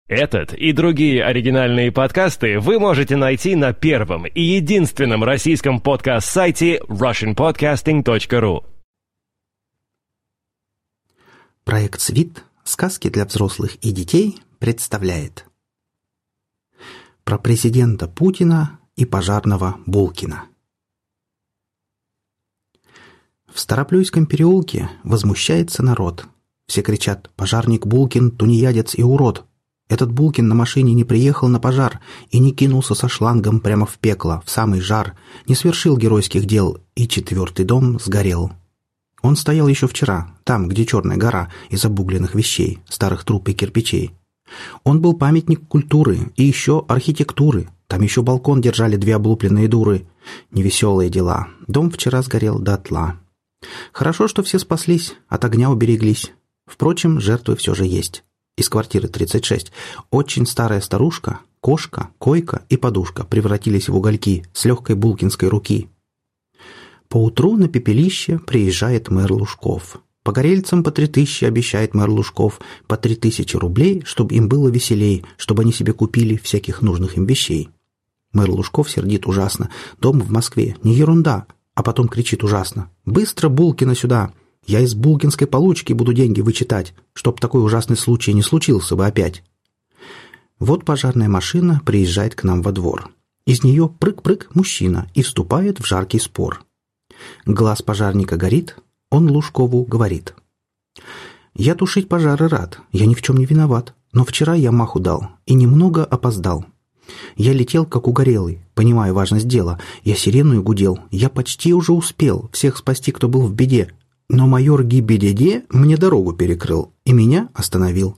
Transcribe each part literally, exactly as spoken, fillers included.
Этот и другие оригинальные подкасты вы можете найти на первом и единственном российском подкаст-сайте russian podcasting точка ru. Проект «Свит. Сказки для взрослых и детей» представляет про президента Путина и пожарного Булкина. В Староплюйском переулке возмущается народ. Все кричат: «Пожарник Булкин, тунеядец и урод!» Этот Булкин на машине не приехал на пожар и не кинулся со шлангом прямо в пекло, в самый жар, не свершил геройских дел, и четвертый дом сгорел. Он стоял еще вчера, там, где Черная гора, из обугленных вещей, старых труб и кирпичей. Он был памятник культуры и еще архитектуры. Там еще балкон держали две облупленные дуры. Невеселые дела. Дом вчера сгорел дотла. Хорошо, что все спаслись, от огня убереглись. Впрочем, жертвы все же есть. Из квартиры тридцать шесть очень старая старушка, кошка, койка и подушка превратились в угольки с легкой булкинской руки. Поутру на пепелище приезжает мэр Лужков. Погорельцам по три тысячи обещает мэр Лужков, по три тысячи рублей, чтобы им было веселей, чтобы они себе купили всяких нужных им вещей. Мэр Лужков сердит ужасно. Дом в Москве не ерунда, а потом кричит ужасно: «Быстро Булкина сюда! Я из булкинской получки буду деньги вычитать, чтоб такой ужасный случай не случился бы опять». Вот пожарная машина приезжает к нам во двор. Из нее прыг-прыг мужчина и вступает в жаркий спор. Глаз пожарника горит, он Лужкову говорит: «Я тушить пожары рад, я ни в чем не виноват, но вчера я маху дал и немного опоздал. Я летел как угорелый, понимая важность дела, я сиреную гудел, я почти уже успел всех спасти, кто был в беде, но майор Гибедеде мне дорогу перекрыл и меня остановил».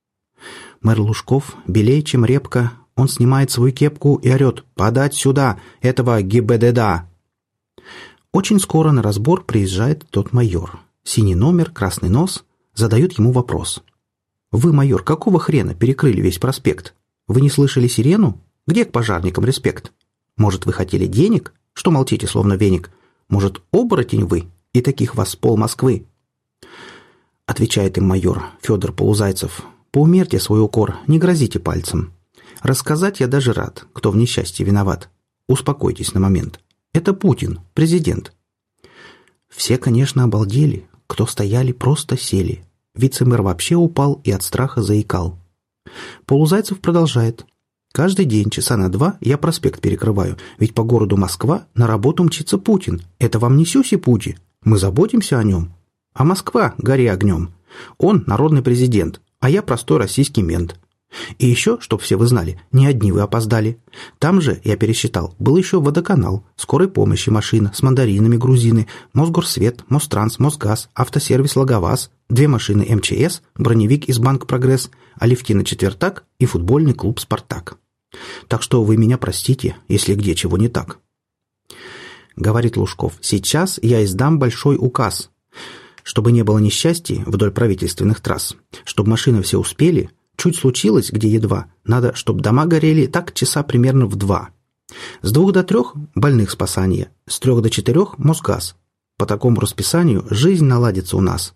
Мэр Лужков, белее, чем репка, он снимает свою кепку и орет: «Подать сюда этого Гибедеда!» Очень скоро на разбор приезжает тот майор. Синий номер, красный нос, задают ему вопрос: «Вы, майор, какого хрена перекрыли весь проспект? Вы не слышали сирену? Где к пожарникам респект? Может, вы хотели денег? Что молчите, словно веник? Может, оборотень вы? И таких вас пол Москвы?» Отвечает им майор Федор Полузайцев: «Поумерьте свой укор, не грозите пальцем. Рассказать я даже рад, кто в несчастье виноват. Успокойтесь на момент. Это Путин, президент». Все, конечно, обалдели. Кто стояли, просто сели. Вице-мэр вообще упал и от страха заикал. Полузайцев продолжает: «Каждый день часа на два я проспект перекрываю, ведь по городу Москва на работу мчится Путин. Это вам не сюси-пути. Мы заботимся о нем. А Москва гори огнем. Он народный президент, а я простой российский мент. И еще, чтоб все вы знали, не одни вы опоздали. Там же, я пересчитал, был еще водоканал, скорой помощи машина с мандаринами грузины, Мосгорсвет, Мостранс, Мосгаз, автосервис Логоваз, две машины эм че эс, броневик из Банк Прогресс, Алевтина Четвертак и футбольный клуб Спартак. Так что вы меня простите, если где чего не так». Говорит Лужков: «Сейчас я издам большой указ, чтобы не было несчастий вдоль правительственных трасс, чтобы машины все успели. Чуть случилось, где едва, надо, чтобы дома горели так часа примерно в два. С двух до трех – больных спасание, с трех до четырех – Мосгаз. По такому расписанию жизнь наладится у нас».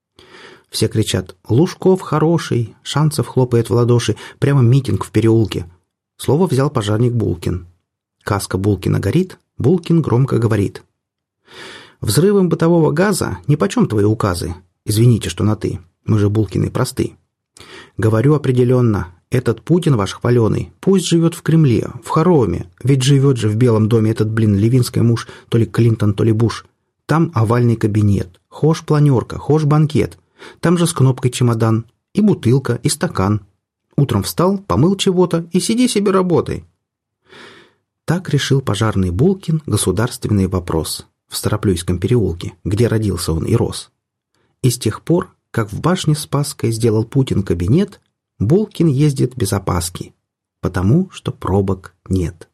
Все кричат: «Лужков хороший!» Шанцев хлопает в ладоши, прямо митинг в переулке. Слово взял пожарник Булкин. Каска Булкина горит, Булкин громко говорит: «Взрывом бытового газа нипочем твои указы. Извините, что на «ты», мы же Булкины просты. Говорю определенно, этот Путин ваш хваленый пусть живет в Кремле, в хороме, ведь живет же в Белом доме этот, блин, Левинский муж, то ли Клинтон, то ли Буш. Там овальный кабинет, хошь планерка, хошь банкет, там же с кнопкой чемодан, и бутылка, и стакан. Утром встал, помыл чего-то и сиди себе работай». Так решил пожарный Булкин государственный вопрос в Староплюйском переулке, где родился он и рос. И с тех пор, как в башне Спасской сделал Путин кабинет, Булкин ездит без опаски, потому что пробок нет.